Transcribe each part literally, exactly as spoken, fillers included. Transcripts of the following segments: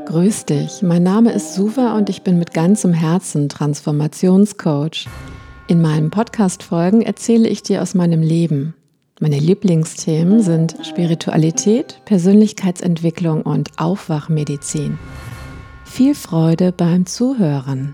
Grüß dich, mein Name ist Suva und ich bin mit ganzem Herzen Transformationscoach. In meinen Podcast-Folgen erzähle ich dir aus meinem Leben. Meine Lieblingsthemen sind Spiritualität, Persönlichkeitsentwicklung und Aufwachmedizin. Viel Freude beim Zuhören.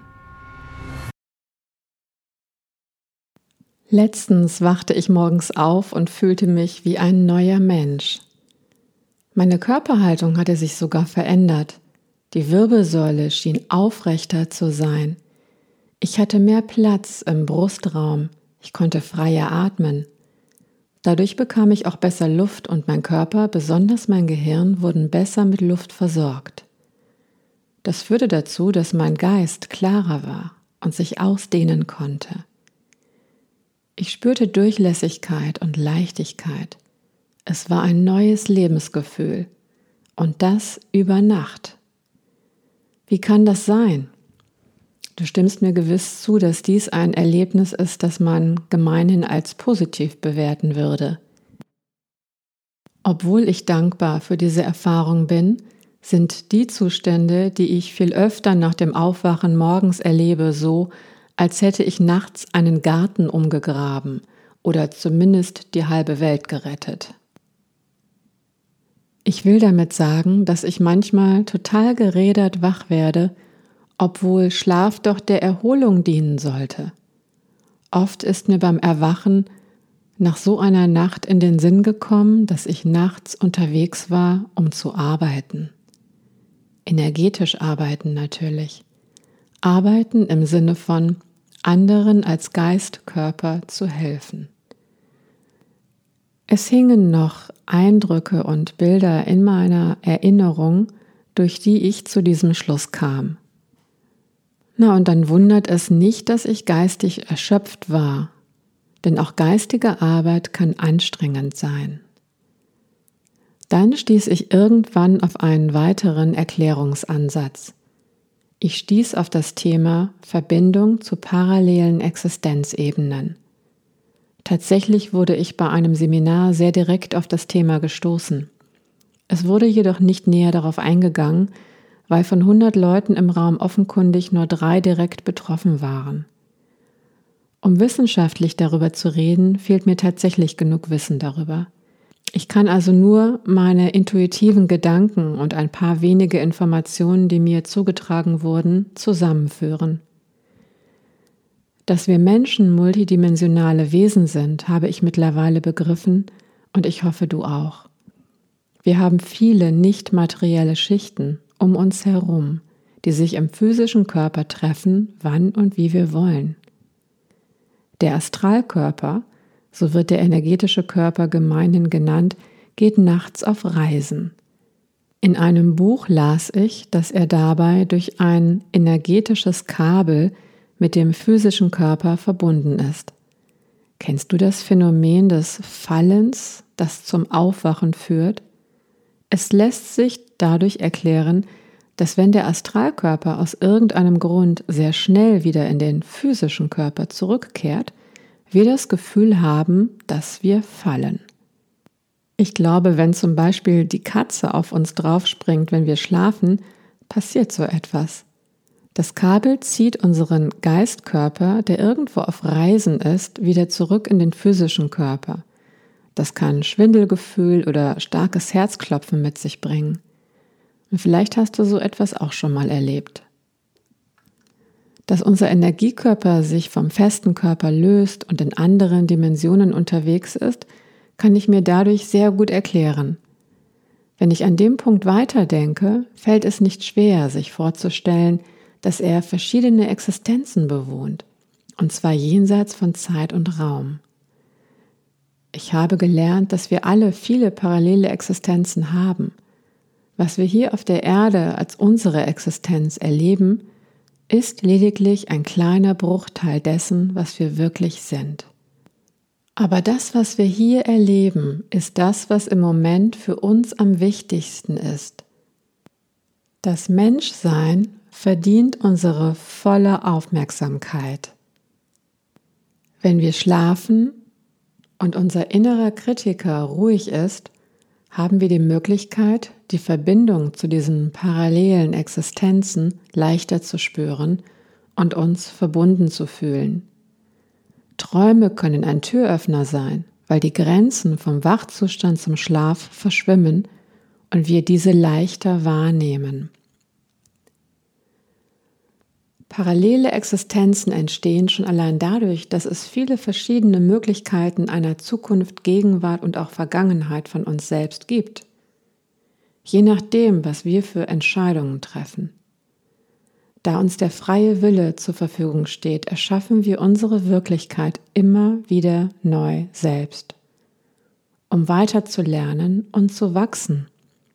Letztens wachte ich morgens auf und fühlte mich wie ein neuer Mensch. Meine Körperhaltung hatte sich sogar verändert. Die Wirbelsäule schien aufrechter zu sein. Ich hatte mehr Platz im Brustraum. Ich konnte freier atmen. Dadurch bekam ich auch besser Luft und mein Körper, besonders mein Gehirn, wurden besser mit Luft versorgt. Das führte dazu, dass mein Geist klarer war und sich ausdehnen konnte. Ich spürte Durchlässigkeit und Leichtigkeit. Es war ein neues Lebensgefühl und das über Nacht. Wie kann das sein? Du stimmst mir gewiss zu, dass dies ein Erlebnis ist, das man gemeinhin als positiv bewerten würde. Obwohl ich dankbar für diese Erfahrung bin, sind die Zustände, die ich viel öfter nach dem Aufwachen morgens erlebe, so, als hätte ich nachts einen Garten umgegraben oder zumindest die halbe Welt gerettet. Ich will damit sagen, dass ich manchmal total gerädert wach werde, obwohl Schlaf doch der Erholung dienen sollte. Oft ist mir beim Erwachen nach so einer Nacht in den Sinn gekommen, dass ich nachts unterwegs war, um zu arbeiten. Energetisch arbeiten natürlich. Arbeiten im Sinne von anderen als Geist, Körper zu helfen. Es hingen noch Eindrücke und Bilder in meiner Erinnerung, durch die ich zu diesem Schluss kam. Na, und dann wundert es nicht, dass ich geistig erschöpft war, denn auch geistige Arbeit kann anstrengend sein. Dann stieß ich irgendwann auf einen weiteren Erklärungsansatz. Ich stieß auf das Thema Verbindung zu parallelen Existenzebenen. Tatsächlich wurde ich bei einem Seminar sehr direkt auf das Thema gestoßen. Es wurde jedoch nicht näher darauf eingegangen, weil von hundert Leuten im Raum offenkundig nur drei direkt betroffen waren. Um wissenschaftlich darüber zu reden, fehlt mir tatsächlich genug Wissen darüber. Ich kann also nur meine intuitiven Gedanken und ein paar wenige Informationen, die mir zugetragen wurden, zusammenführen. Dass wir Menschen multidimensionale Wesen sind, habe ich mittlerweile begriffen und ich hoffe, du auch. Wir haben viele nicht materielle Schichten um uns herum, die sich im physischen Körper treffen, wann und wie wir wollen. Der Astralkörper, so wird der energetische Körper gemeinhin genannt, geht nachts auf Reisen. In einem Buch las ich, dass er dabei durch ein energetisches Kabel mit dem physischen Körper verbunden ist. Kennst du das Phänomen des Fallens, das zum Aufwachen führt? Es lässt sich dadurch erklären, dass wenn der Astralkörper aus irgendeinem Grund sehr schnell wieder in den physischen Körper zurückkehrt, wir das Gefühl haben, dass wir fallen. Ich glaube, wenn zum Beispiel die Katze auf uns draufspringt, wenn wir schlafen, passiert so etwas. Das Kabel zieht unseren Geistkörper, der irgendwo auf Reisen ist, wieder zurück in den physischen Körper. Das kann Schwindelgefühl oder starkes Herzklopfen mit sich bringen. Und vielleicht hast du so etwas auch schon mal erlebt. Dass unser Energiekörper sich vom festen Körper löst und in anderen Dimensionen unterwegs ist, kann ich mir dadurch sehr gut erklären. Wenn ich an dem Punkt weiterdenke, fällt es nicht schwer, sich vorzustellen, dass er verschiedene Existenzen bewohnt, und zwar jenseits von Zeit und Raum. Ich habe gelernt, dass wir alle viele parallele Existenzen haben. Was wir hier auf der Erde als unsere Existenz erleben, ist lediglich ein kleiner Bruchteil dessen, was wir wirklich sind. Aber das, was wir hier erleben, ist das, was im Moment für uns am wichtigsten ist. Das Menschsein verdient unsere volle Aufmerksamkeit. Wenn wir schlafen und unser innerer Kritiker ruhig ist, haben wir die Möglichkeit, die Verbindung zu diesen parallelen Existenzen leichter zu spüren und uns verbunden zu fühlen. Träume können ein Türöffner sein, weil die Grenzen vom Wachzustand zum Schlaf verschwimmen und wir diese leichter wahrnehmen. Parallele Existenzen entstehen schon allein dadurch, dass es viele verschiedene Möglichkeiten einer Zukunft, Gegenwart und auch Vergangenheit von uns selbst gibt. Je nachdem, was wir für Entscheidungen treffen. Da uns der freie Wille zur Verfügung steht, erschaffen wir unsere Wirklichkeit immer wieder neu selbst, um weiter zu lernen und zu wachsen.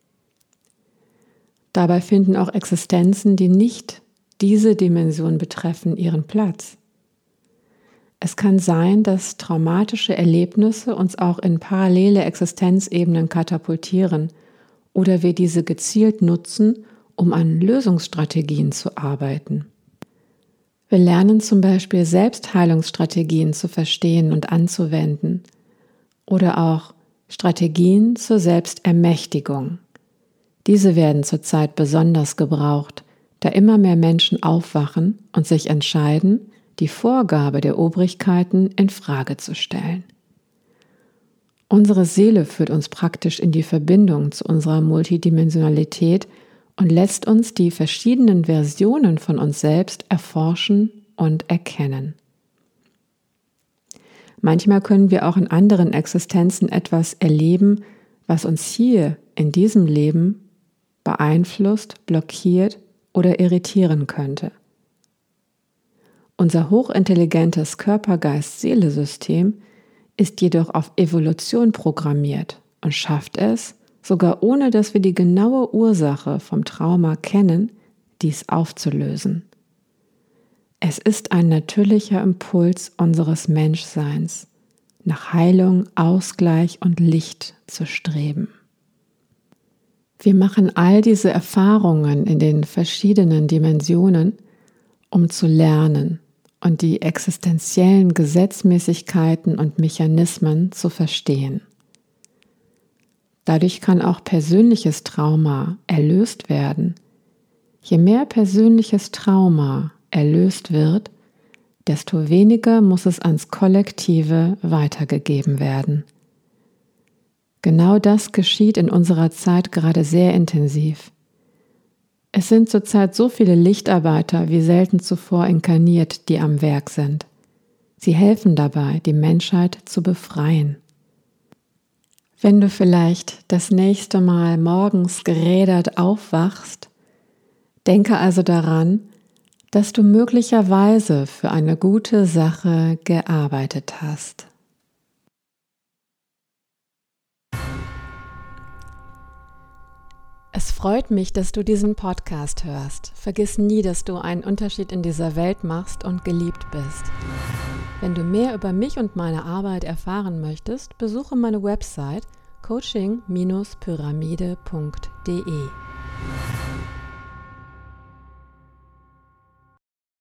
Dabei finden auch Existenzen, die nicht diese Dimension betreffen, ihren Platz. Es kann sein, dass traumatische Erlebnisse uns auch in parallele Existenzebenen katapultieren oder wir diese gezielt nutzen, um an Lösungsstrategien zu arbeiten. Wir lernen zum Beispiel Selbstheilungsstrategien zu verstehen und anzuwenden oder auch Strategien zur Selbstermächtigung. Diese werden zurzeit besonders gebraucht, da immer mehr Menschen aufwachen und sich entscheiden, die Vorgabe der Obrigkeiten in Frage zu stellen. Unsere Seele führt uns praktisch in die Verbindung zu unserer Multidimensionalität und lässt uns die verschiedenen Versionen von uns selbst erforschen und erkennen. Manchmal können wir auch in anderen Existenzen etwas erleben, was uns hier in diesem Leben beeinflusst, blockiert oder irritieren könnte. Unser hochintelligentes Körper-Geist-Seele-System ist jedoch auf Evolution programmiert und schafft es, sogar ohne dass wir die genaue Ursache vom Trauma kennen, dies aufzulösen. Es ist ein natürlicher Impuls unseres Menschseins, nach Heilung, Ausgleich und Licht zu streben. Wir machen all diese Erfahrungen in den verschiedenen Dimensionen, um zu lernen und die existenziellen Gesetzmäßigkeiten und Mechanismen zu verstehen. Dadurch kann auch persönliches Trauma erlöst werden. Je mehr persönliches Trauma erlöst wird, desto weniger muss es ans Kollektive weitergegeben werden. Genau das geschieht in unserer Zeit gerade sehr intensiv. Es sind zurzeit so viele Lichtarbeiter wie selten zuvor inkarniert, die am Werk sind. Sie helfen dabei, die Menschheit zu befreien. Wenn du vielleicht das nächste Mal morgens gerädert aufwachst, denke also daran, dass du möglicherweise für eine gute Sache gearbeitet hast. Es freut mich, dass du diesen Podcast hörst. Vergiss nie, dass du einen Unterschied in dieser Welt machst und geliebt bist. Wenn du mehr über mich und meine Arbeit erfahren möchtest, besuche meine Website coaching Bindestrich pyramide Punkt de.